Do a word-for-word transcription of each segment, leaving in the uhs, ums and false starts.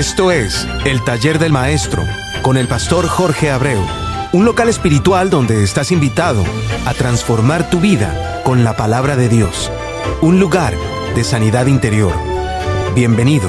Esto es El Taller del Maestro, con el pastor Jorge Abreu. Un local espiritual donde estás invitado a transformar tu vida con la palabra de Dios. Un lugar de sanidad interior. Bienvenido.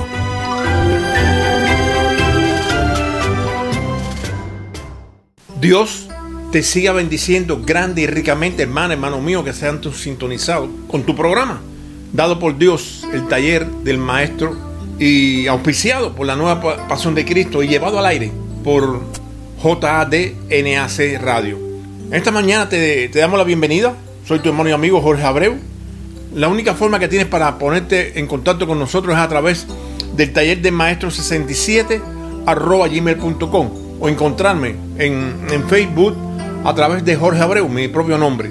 Dios te siga bendiciendo grande y ricamente, hermana, hermano mío, que sean tus sintonizados con tu programa, dado por Dios, el Taller del Maestro, y auspiciado por la Nueva Pasión de Cristo y llevado al aire por J A D N A C Radio. Esta mañana te, te damos la bienvenida. Soy tu hermano y amigo Jorge Abreu. La única forma que tienes para ponerte en contacto con nosotros es a través del Taller del Maestro sesenta y siete arroba gmail punto com o encontrarme en, en Facebook a través de Jorge Abreu, mi propio nombre.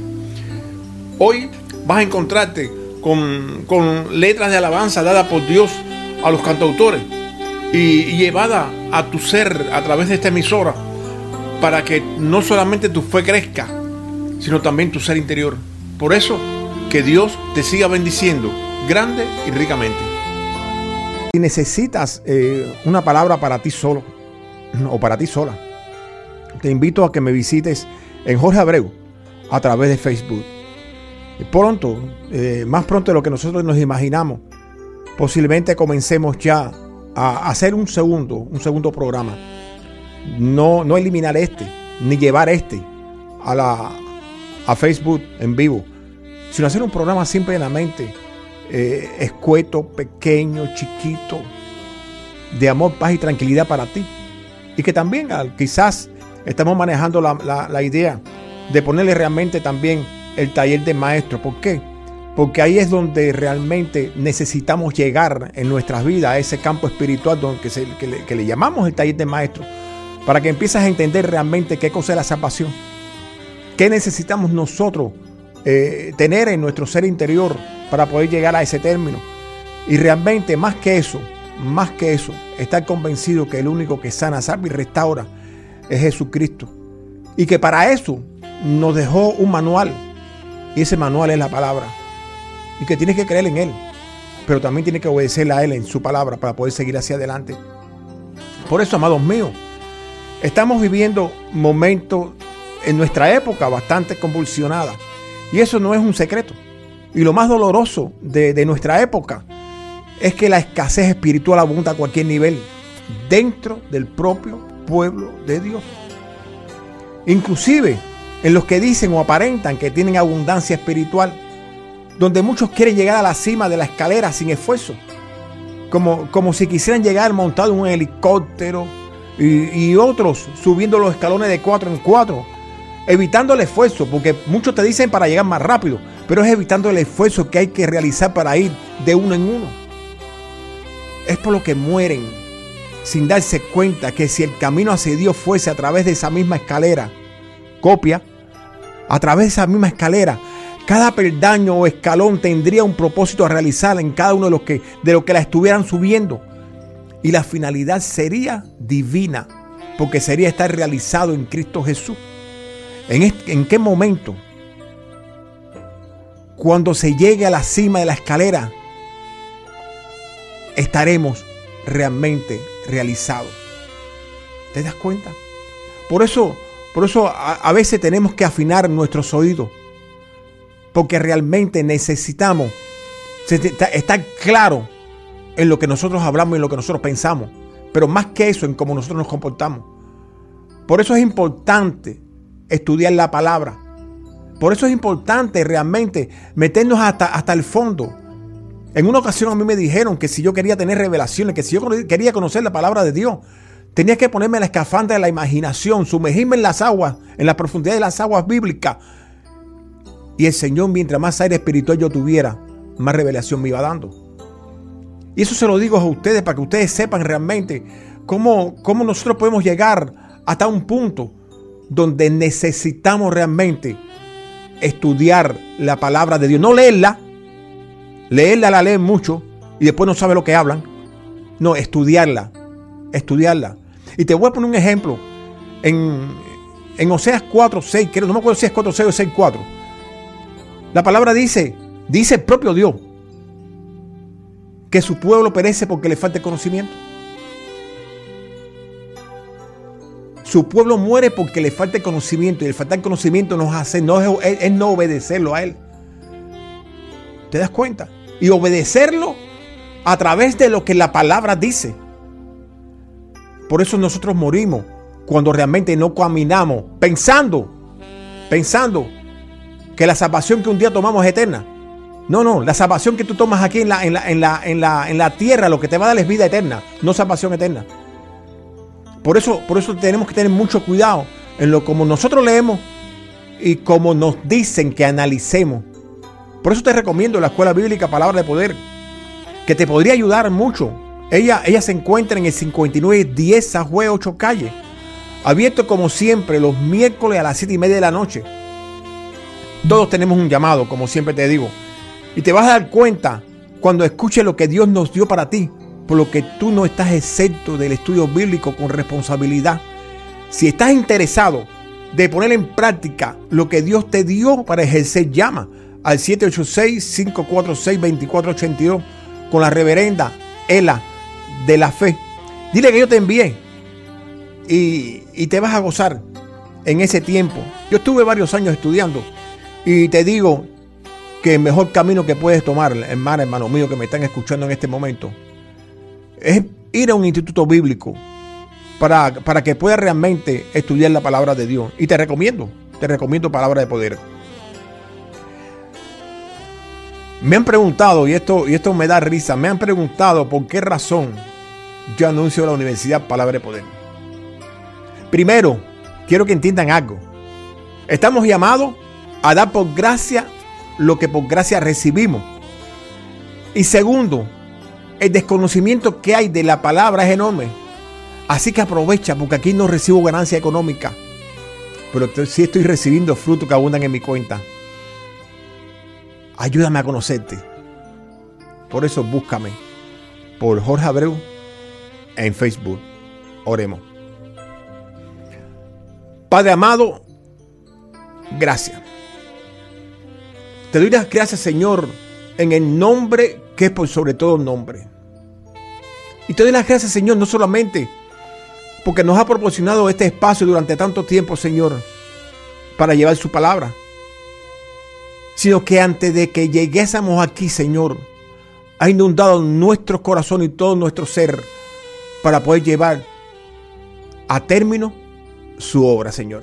Hoy vas a encontrarte con, con letras de alabanza dadas por Dios a los cantautores y, y llevada a tu ser a través de esta emisora para que no solamente tu fe crezca, sino también tu ser interior. Por eso, que Dios te siga bendiciendo grande y ricamente. Si necesitas eh, una palabra para ti solo o para ti sola, te invito a que me visites en Jorge Abreu a través de Facebook. Pronto, eh, más pronto de lo que nosotros nos imaginamos, posiblemente comencemos ya a hacer un segundo, un segundo programa. No, no eliminar este, ni llevar este a la a Facebook en vivo, sino hacer un programa simplemente eh, escueto, pequeño, chiquito, de amor, paz y tranquilidad para ti. Y que también quizás estamos manejando la, la, la idea de ponerle realmente también el taller de maestro. ¿Por qué? Porque ahí es donde realmente necesitamos llegar en nuestras vidas, a ese campo espiritual donde que, se, que, le, que le llamamos el taller de maestro, para que empieces a entender realmente qué cosa es la salvación, qué necesitamos nosotros eh, tener en nuestro ser interior para poder llegar a ese término. Y realmente más que eso, más que eso, estar convencido que el único que sana, salva y restaura es Jesucristo. Y que para eso nos dejó un manual. Y ese manual es la palabra. Y que tienes que creer en Él, pero también tienes que obedecerle a Él en su palabra para poder seguir hacia adelante. Por eso, amados míos, estamos viviendo momentos en nuestra época bastante convulsionadas. Y eso no es un secreto. Y lo más doloroso de, de nuestra época es que la escasez espiritual abunda a cualquier nivel dentro del propio pueblo de Dios. Inclusive en los que dicen o aparentan que tienen abundancia espiritual, donde muchos quieren llegar a la cima de la escalera sin esfuerzo, como, como si quisieran llegar montado en un helicóptero, y, y otros subiendo los escalones de cuatro en cuatro, evitando el esfuerzo, porque muchos te dicen para llegar más rápido, pero es evitando el esfuerzo que hay que realizar para ir de uno en uno. Es por lo que mueren sin darse cuenta que si el camino hacia Dios fuese a través de esa misma escalera, copia, a través de esa misma escalera, cada peldaño o escalón tendría un propósito a realizar en cada uno de los que, de los que la estuvieran subiendo. Y la finalidad sería divina, porque sería estar realizado en Cristo Jesús. ¿En, este, ¿En qué momento? Cuando se llegue a la cima de la escalera, estaremos realmente realizados. ¿Te das cuenta? Por eso, por eso a, a veces tenemos que afinar nuestros oídos, porque realmente necesitamos estar claro en lo que nosotros hablamos y en lo que nosotros pensamos, pero más que eso, en cómo nosotros nos comportamos. Por eso es importante estudiar la palabra. Por eso es importante realmente meternos hasta, hasta el fondo. En una ocasión a mí me dijeron que si yo quería tener revelaciones, que si yo quería conocer la palabra de Dios, tenía que ponerme la escafandra de la imaginación, sumergirme en las aguas, en la profundidad de las aguas bíblicas. Y el Señor, mientras más aire espiritual yo tuviera, más revelación me iba dando. Y eso se lo digo a ustedes para que ustedes sepan realmente cómo, cómo nosotros podemos llegar hasta un punto donde necesitamos realmente estudiar la palabra de Dios. No leerla, leerla la leen mucho y después no saben lo que hablan. No, estudiarla, estudiarla. Y te voy a poner un ejemplo. En, en Oseas cuatro seis, no me acuerdo si es cuatro seis o seis cuatro. La palabra dice, dice el propio Dios, que su pueblo perece porque le falta el conocimiento. su pueblo muere porque le falta el conocimiento, y el falta el conocimiento nos hace no es, es no obedecerlo a él. ¿Te das cuenta? Y obedecerlo a través de lo que la palabra dice. Por eso nosotros morimos cuando realmente no caminamos pensando, pensando que la salvación que un día tomamos es eterna. No, no, la salvación que tú tomas aquí en la, en la, en la, en la, en la tierra, lo que te va a dar es vida eterna, no salvación eterna. Por eso, por eso tenemos que tener mucho cuidado en lo como nosotros leemos y como nos dicen que analicemos. Por eso te recomiendo la Escuela Bíblica Palabra de Poder, que te podría ayudar mucho. Ella, ella se encuentra en el cincuenta y nueve diez Sajue ocho Calle, abierto como siempre los miércoles a las siete y media de la noche. Todos tenemos un llamado, como siempre te digo, y te vas a dar cuenta cuando escuches lo que Dios nos dio para ti, por lo que tú no estás exento del estudio bíblico con responsabilidad. Si estás interesado de poner en práctica lo que Dios te dio para ejercer, llama al siete ocho seis, cinco cuatro seis, dos cuatro ocho dos con la reverenda Ela de la Fe. Dile que yo te envié y, y te vas a gozar en ese tiempo. Yo estuve varios años estudiando y te digo que el mejor camino que puedes tomar, hermana, hermano mío que me están escuchando en este momento, es ir a un instituto bíblico para, para que puedas realmente estudiar la palabra de Dios. Y te recomiendo, te recomiendo Palabra de Poder. Me han preguntado, y esto, y esto me da risa, me han preguntado por qué razón yo anuncio la Universidad Palabra de Poder. Primero, quiero que entiendan algo. Estamos llamados a dar por gracia lo que por gracia recibimos. Y segundo, el desconocimiento que hay de la palabra es enorme. Así que aprovecha, porque aquí no recibo ganancia económica, pero sí estoy recibiendo frutos que abundan en mi cuenta. Ayúdame a conocerte. Por eso búscame por Jorge Abreu en Facebook. Oremos. Padre amado, gracias. Te doy las gracias, Señor, en el nombre que es por sobre todo nombre. Y te doy las gracias, Señor, no solamente porque nos ha proporcionado este espacio durante tanto tiempo, Señor, para llevar su palabra, sino que antes de que lleguésemos aquí, Señor, ha inundado nuestro corazón y todo nuestro ser para poder llevar a término su obra, Señor.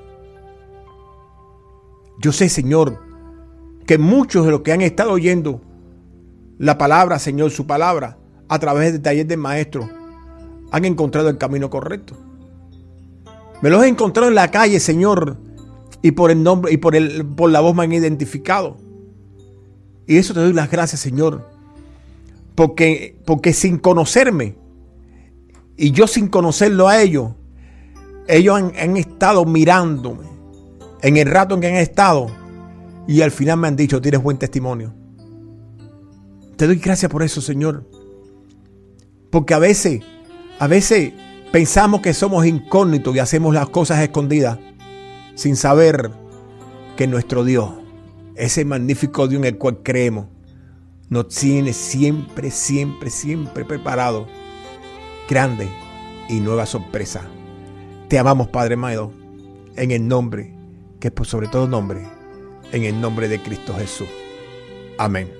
Yo sé, Señor, que muchos de los que han estado oyendo la palabra, Señor, su palabra, a través del taller del maestro, han encontrado el camino correcto. Me los he encontrado en la calle, Señor, y por el nombre y por el por la voz me han identificado. Y eso te doy las gracias, Señor, porque porque sin conocerme y yo sin conocerlo a ellos, ellos han, han estado mirándome en el rato en que han estado y al final me han dicho: tienes buen testimonio. Te doy gracias por eso, Señor, porque a veces a veces pensamos que somos incógnitos y hacemos las cosas escondidas, sin saber que nuestro Dios, ese magnífico Dios en el cual creemos, nos tiene siempre, siempre, siempre preparado grande y nueva sorpresa. Te amamos, Padre amado, en el nombre que es por sobre todo nombre, en el nombre de Cristo Jesús. Amén.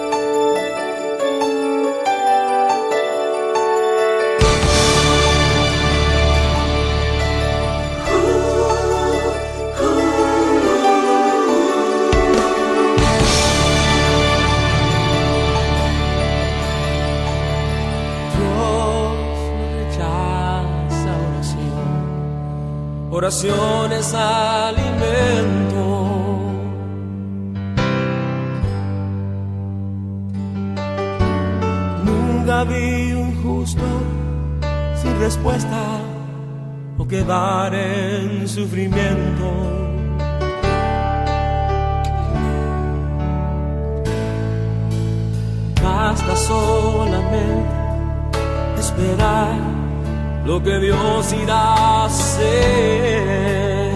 Oración es alimento. Nunca vi un justo sin respuesta o quedar en sufrimiento. Basta solamente esperar lo que Dios irá a hacer.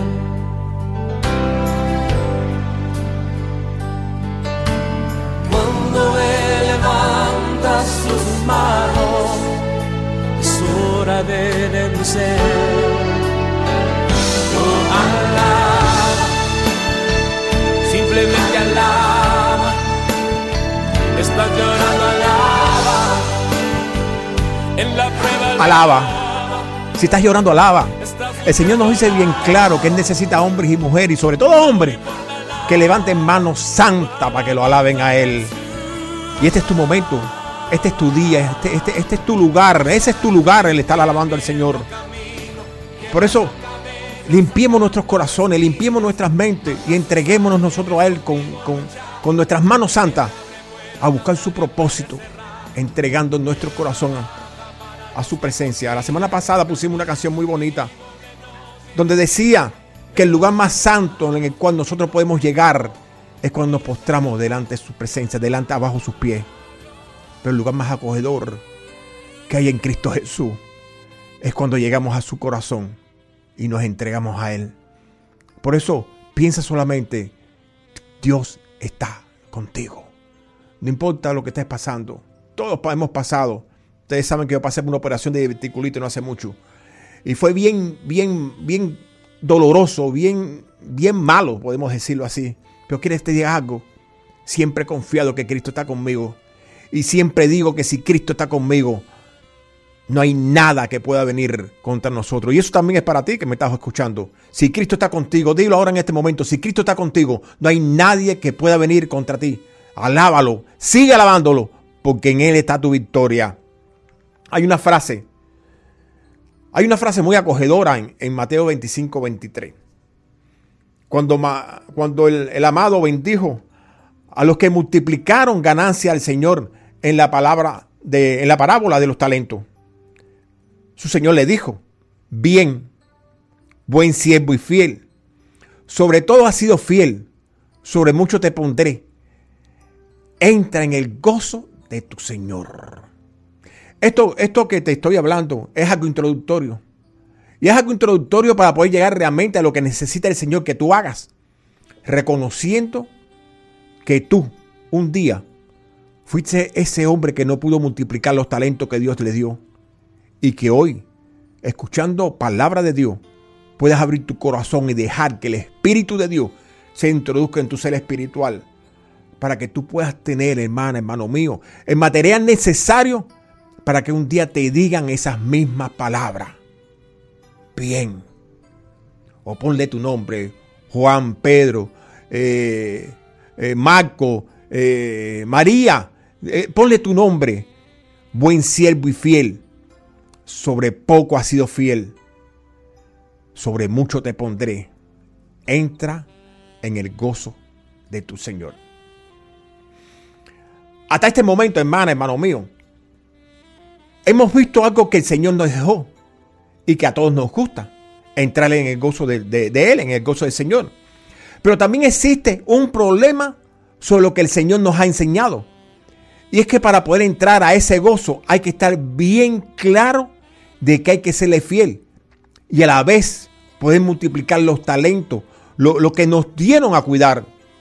Cuando Él levanta sus manos, es hora de vencer. alaba. Si estás llorando, alaba. El Señor nos dice bien claro que Él necesita hombres y mujeres, y sobre todo hombres, que levanten manos santas para que lo alaben a Él. Y este es tu momento, este es tu día, este, este, este es tu lugar, ese es tu lugar, el estar alabando al Señor. Por eso, limpiemos nuestros corazones, limpiemos nuestras mentes y entreguémonos nosotros a Él con, con, con nuestras manos santas a buscar su propósito, entregando nuestro corazón a, a su presencia. La semana pasada pusimos una canción muy bonita donde decía que el lugar más santo en el cual nosotros podemos llegar es cuando nos postramos delante de su presencia, delante abajo sus pies. Pero el lugar más acogedor que hay en Cristo Jesús es cuando llegamos a su corazón y nos entregamos a Él. Por eso piensa solamente, Dios está contigo. No importa lo que estés pasando. Todos hemos pasado. Ustedes saben que yo pasé por una operación de diverticulitis no hace mucho. Y fue bien, bien, bien doloroso, bien, bien malo, podemos decirlo así. Pero quiero que te diga algo. Siempre he confiado que Cristo está conmigo. Y siempre digo que si Cristo está conmigo, no hay nada que pueda venir contra nosotros. Y eso también es para ti que me estás escuchando. Si Cristo está contigo, dilo ahora en este momento. Si Cristo está contigo, no hay nadie que pueda venir contra ti. Alábalo, sigue alabándolo, porque en Él está tu victoria. Hay una frase, hay una frase muy acogedora en, en Mateo veinticinco, veintitrés. Cuando, cuando el, el amado bendijo a los que multiplicaron ganancia al Señor en la palabra de, en la parábola de los talentos. Su Señor le dijo: bien, buen siervo y fiel. Sobre todo has sido fiel, sobre mucho te pondré. Entra en el gozo de tu Señor. Esto, esto que te estoy hablando es algo introductorio. Y es algo introductorio para poder llegar realmente a lo que necesita el Señor que tú hagas. Reconociendo que tú, un día, fuiste ese hombre que no pudo multiplicar los talentos que Dios le dio. Y que hoy, escuchando palabra de Dios, puedas abrir tu corazón y dejar que el Espíritu de Dios se introduzca en tu ser espiritual. Para que tú puedas tener, hermana, hermano mío, el material necesario para que un día te digan esas mismas palabras. Bien. O ponle tu nombre, Juan, Pedro, eh, eh, Marco, eh, María. Eh, ponle tu nombre. Buen siervo y fiel. Sobre poco has sido fiel. Sobre mucho te pondré. Entra en el gozo de tu Señor. Hasta este momento, hermana, hermano mío, hemos visto algo que el Señor nos dejó y que a todos nos gusta, entrar en el gozo de, de, de Él, en el gozo del Señor. Pero también existe un problema sobre lo que el Señor nos ha enseñado. Y es que para poder entrar a ese gozo hay que estar bien claro de que hay que serle fiel. Y a la vez poder multiplicar los talentos, lo, lo que nos dieron a cuidar.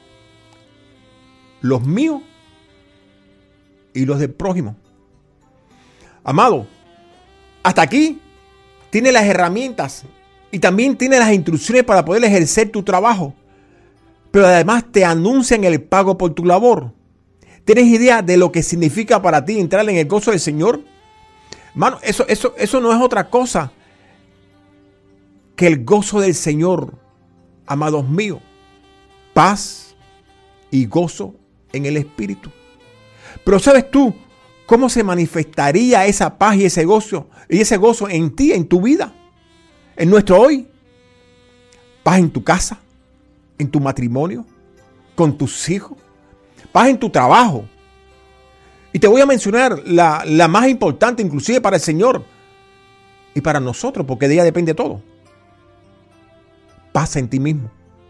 Los míos y los del prójimo. Amado, hasta aquí tienes las herramientas y también tienes las instrucciones para poder ejercer tu trabajo. Pero además te anuncian el pago por tu labor. ¿Tienes idea de lo que significa para ti entrar en el gozo del Señor? Hermano, eso, eso, eso no es otra cosa que el gozo del Señor, amados míos. Paz y gozo en el Espíritu. Pero ¿sabes tú cómo se manifestaría esa paz y ese gozo, y ese gozo en ti, en tu vida, en nuestro hoy? Paz en tu casa, en tu matrimonio, con tus hijos, paz en tu trabajo. Y te voy a mencionar la, la más importante inclusive para el Señor y para nosotros, porque de ella depende todo. Paz en ti mismo.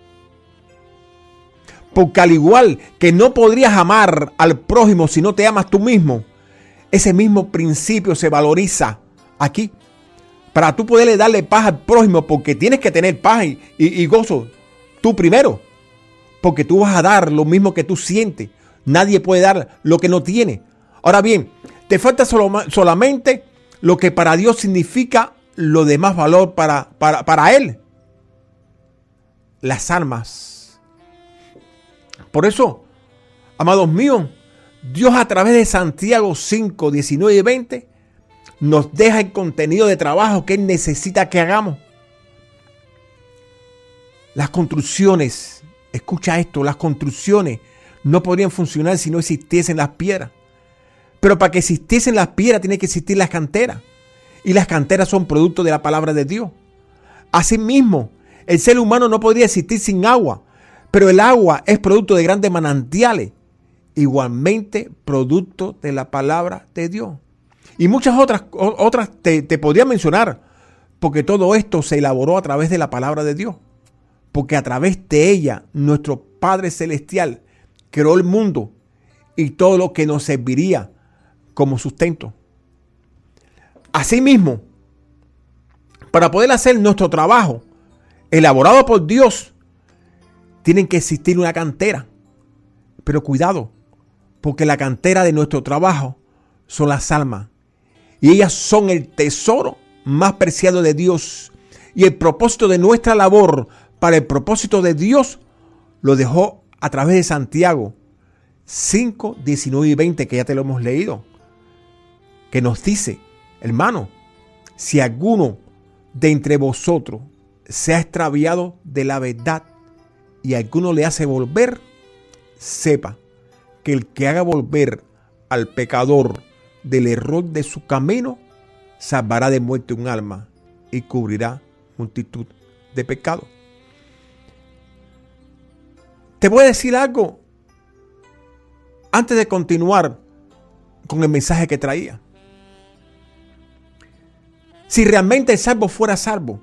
Porque al igual que no podrías amar al prójimo si no te amas tú mismo, ese mismo principio se valoriza aquí. Para tú poderle darle paz al prójimo, porque tienes que tener paz y, y, y gozo tú primero. Porque tú vas a dar lo mismo que tú sientes. Nadie puede dar lo que no tiene. Ahora bien, te falta solo, solamente lo que para Dios significa lo de más valor para, para, para Él. Las almas. Por eso, amados míos, Dios a través de Santiago cinco, diecinueve y veinte nos deja el contenido de trabajo que Él necesita que hagamos. Las construcciones, escucha esto, las construcciones no podrían funcionar si no existiesen las piedras. Pero para que existiesen las piedras tiene que existir las canteras. Y las canteras son producto de la palabra de Dios. Asimismo, el ser humano no podría existir sin agua. Pero el agua es producto de grandes manantiales. Igualmente producto de la palabra de Dios. Y muchas otras, otras te, te podría mencionar. Porque todo esto se elaboró a través de la palabra de Dios. Porque a través de ella, nuestro Padre Celestial creó el mundo y todo lo que nos serviría como sustento. Asimismo, para poder hacer nuestro trabajo elaborado por Dios, tiene que existir una cantera. Pero cuidado, porque la cantera de nuestro trabajo son las almas. Y ellas son el tesoro más preciado de Dios. Y el propósito de nuestra labor para el propósito de Dios lo dejó a través de Santiago cinco, diecinueve y veinte, que ya te lo hemos leído. Que nos dice, hermano, si alguno de entre vosotros se ha extraviado de la verdad y alguno le hace volver, sepa que el que haga volver al pecador del error de su camino, salvará de muerte un alma y cubrirá multitud de pecados. Te voy a decir algo antes de continuar con el mensaje que traía. Si realmente el salvo fuera salvo,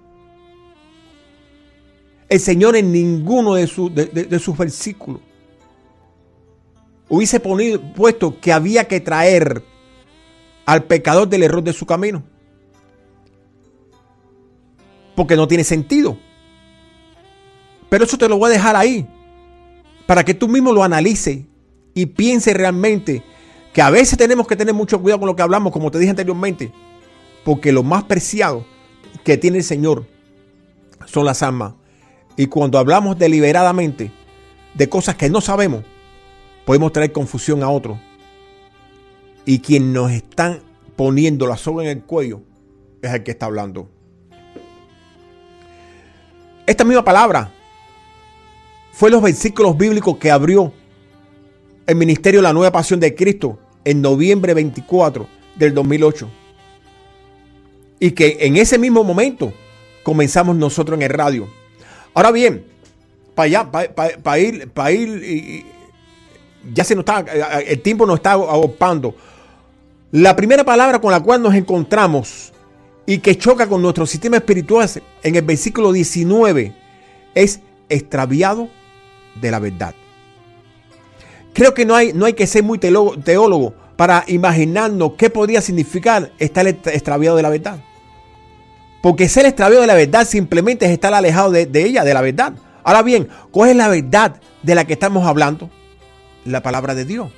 el Señor en ninguno de, su, de, de, de sus versículos hubiese ponido, puesto que había que traer al pecador del error de su camino. Porque no tiene sentido. Pero eso te lo voy a dejar ahí, para que tú mismo lo analices y pienses realmente que a veces tenemos que tener mucho cuidado con lo que hablamos, como te dije anteriormente. Porque lo más preciado que tiene el Señor son las almas. Y cuando hablamos deliberadamente de cosas que no sabemos, podemos traer confusión a otros. Y quien nos están poniendo la soga en el cuello es el que está hablando. Esta misma palabra fue los versículos bíblicos que abrió el ministerio de la Nueva Pasión de Cristo en noviembre veinticuatro del dos mil ocho. Y que en ese mismo momento comenzamos nosotros en el radio. Ahora bien, para allá, para, para, para ir, para ir y, ya se nos está, el tiempo nos está agotando. La primera palabra con la cual nos encontramos y que choca con nuestro sistema espiritual en el versículo diecinueve es extraviado de la verdad. Creo que no hay, no hay que ser muy teólogo, teólogo para imaginarnos qué podría significar estar extraviado de la verdad. Porque ser extraviado de la verdad simplemente es estar alejado de, de ella, de la verdad. Ahora bien, ¿cuál es la verdad de la que estamos hablando? La palabra de Dios.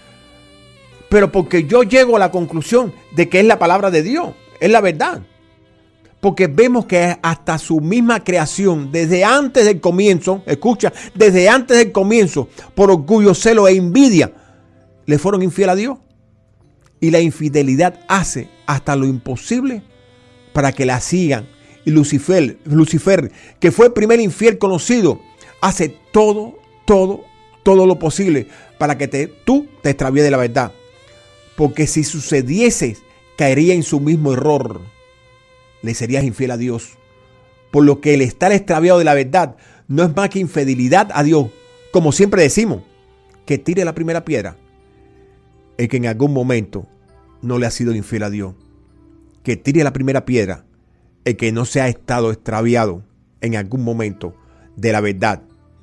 Pero porque yo llego a la conclusión de que es la palabra de Dios, es la verdad. Porque vemos que hasta su misma creación, desde antes del comienzo, escucha, desde antes del comienzo, por orgullo, celo e envidia, le fueron infiel a Dios. Y la infidelidad hace hasta lo imposible para que la sigan. Y Lucifer, Lucifer, que fue el primer infiel conocido, hace todo, todo, todo lo posible para que te, tú te extravíes de la verdad. Porque si sucediese, caería en su mismo error. Le serías infiel a Dios. Por lo que el estar extraviado de la verdad no es más que infidelidad a Dios. Como siempre decimos, que tire la primera piedra el que en algún momento no le ha sido infiel a Dios. Que tire la primera piedra el que no se ha estado extraviado en algún momento de la verdad.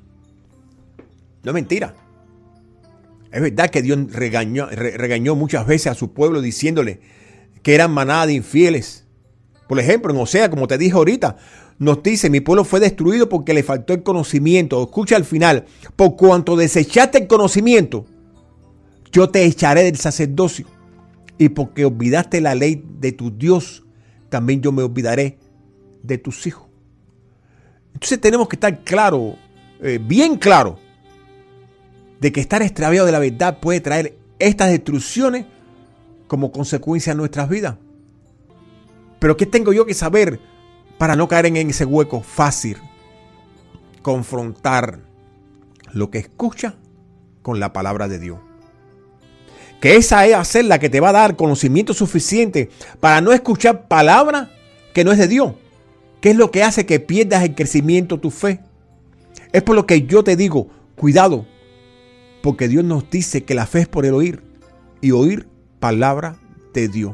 No es mentira. Es verdad que Dios regañó, re, regañó muchas veces a su pueblo diciéndole que eran manada de infieles. Por ejemplo, en Osea, como te dije ahorita, nos dice: mi pueblo fue destruido porque le faltó el conocimiento. Escucha al final: por cuanto desechaste el conocimiento, yo te echaré del sacerdocio. Y porque olvidaste la ley de tu Dios, también yo me olvidaré de tus hijos. Entonces tenemos que estar claro, eh, bien claro, de que estar extraviado de la verdad puede traer estas destrucciones como consecuencia a nuestras vidas. Pero ¿qué tengo yo que saber para no caer en ese hueco? Fácil. Confrontar lo que escucha con la palabra de Dios. Que esa es hacer la que te va a dar conocimiento suficiente para no escuchar palabra que no es de Dios. ¿Qué es lo que hace que pierdas el crecimiento de tu fe? Es por lo que yo te digo, cuidado, porque Dios nos dice que la fe es por el oír y oír palabra de Dios.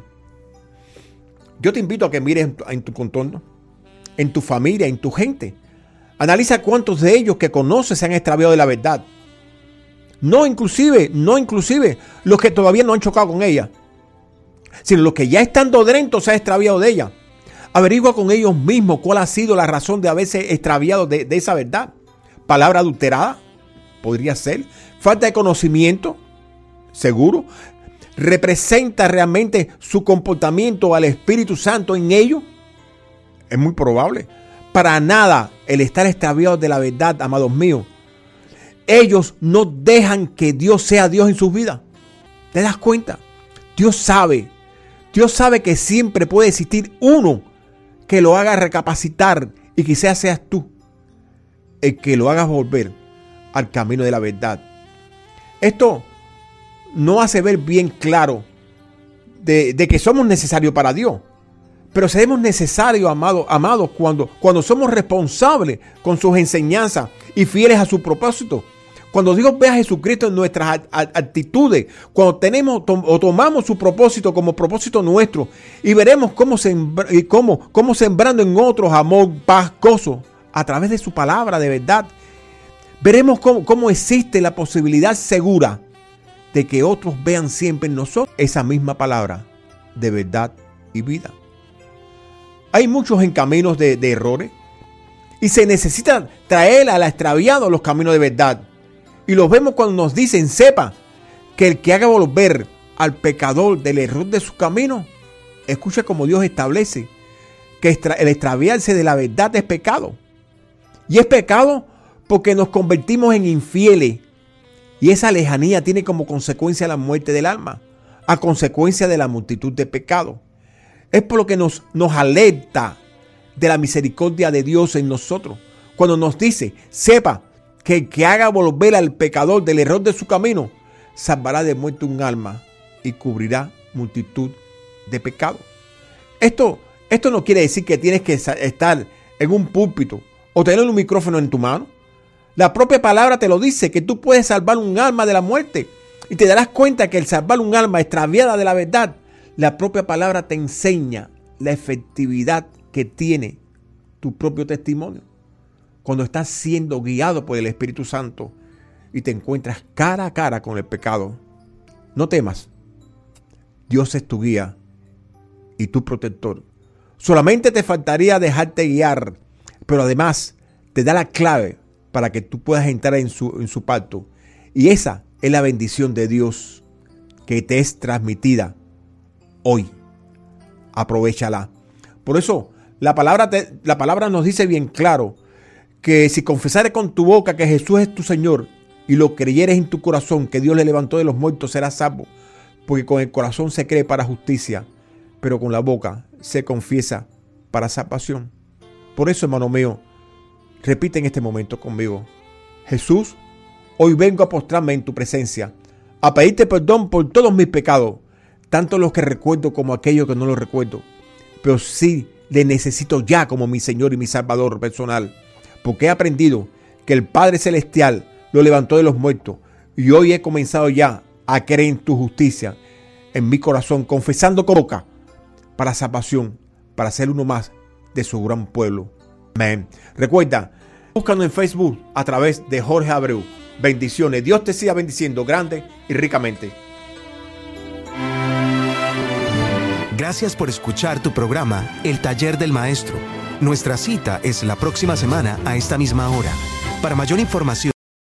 Yo te invito a que mires en tu, en tu contorno, en tu familia, en tu gente. Analiza cuántos de ellos que conoces se han extraviado de la verdad. No inclusive, no inclusive los que todavía no han chocado con ella, sino los que ya estando dentro se han extraviado de ella. Averigua con ellos mismos cuál ha sido la razón de haberse extraviado de, de esa verdad. Palabra adulterada, podría ser. Falta de conocimiento, seguro. ¿Representa realmente su comportamiento al Espíritu Santo en ellos? Es muy probable. Para nada el estar extraviados de la verdad, amados míos. Ellos no dejan que Dios sea Dios en sus vidas. ¿Te das cuenta? Dios sabe. Dios sabe que siempre puede existir uno que lo haga recapacitar y quizás seas tú el que lo hagas volver al camino de la verdad. Esto no hace ver bien claro de, de que somos necesarios para Dios. Pero seremos necesarios, amados, amados, cuando, cuando somos responsables con sus enseñanzas y fieles a su propósito. Cuando Dios ve a Jesucristo en nuestras actitudes, cuando tenemos tom, o tomamos su propósito como propósito nuestro y veremos cómo, sembra, cómo, cómo sembrando en otros amor, paz, gozo a través de su palabra de verdad, veremos cómo, cómo existe la posibilidad segura de que otros vean siempre en nosotros esa misma palabra de verdad y vida. Hay muchos en caminos de, de errores y se necesita traer al extraviado los caminos de verdad. Y los vemos cuando nos dicen, sepa que el que haga volver al pecador del error de su camino, escucha como Dios establece que extra, el extraviarse de la verdad es pecado. Y es pecado porque nos convertimos en infieles. Y esa lejanía tiene como consecuencia la muerte del alma, a consecuencia de la multitud de pecados. Es por lo que nos, nos alerta de la misericordia de Dios en nosotros. Cuando nos dice, sepa que el que haga volver al pecador del error de su camino, salvará de muerte un alma y cubrirá multitud de pecados. Esto, esto no quiere decir que tienes que estar en un púlpito o tener un micrófono en tu mano. La propia palabra te lo dice, que tú puedes salvar un alma de la muerte. Y te darás cuenta que el salvar un alma extraviada de la verdad, la propia palabra te enseña la efectividad que tiene tu propio testimonio. Cuando estás siendo guiado por el Espíritu Santo y te encuentras cara a cara con el pecado, no temas. Dios es tu guía y tu protector. Solamente te faltaría dejarte guiar, pero además te da la clave para que tú puedas entrar en su, en su pacto. Y esa es la bendición de Dios que te es transmitida hoy. Aprovéchala. Por eso la palabra, te, la palabra nos dice bien claro que si confesares con tu boca que Jesús es tu Señor y lo creyeres en tu corazón que Dios le levantó de los muertos, serás salvo. Porque con el corazón se cree para justicia, pero con la boca se confiesa para salvación. Por eso, hermano mío, repite en este momento conmigo: Jesús, hoy vengo a postrarme en tu presencia, a pedirte perdón por todos mis pecados, tanto los que recuerdo como aquellos que no los recuerdo. Pero sí le necesito ya como mi Señor y mi Salvador personal, porque he aprendido que el Padre Celestial lo levantó de los muertos y hoy he comenzado ya a creer en tu justicia en mi corazón, confesando con boca para salvación, para ser uno más de su gran pueblo. Amén. Recuerda, búscanos en Facebook a través de Jorge Abreu. Bendiciones. Dios te siga bendiciendo grande y ricamente. Gracias por escuchar tu programa, El Taller del Maestro. Nuestra cita es la próxima semana a esta misma hora. Para mayor información,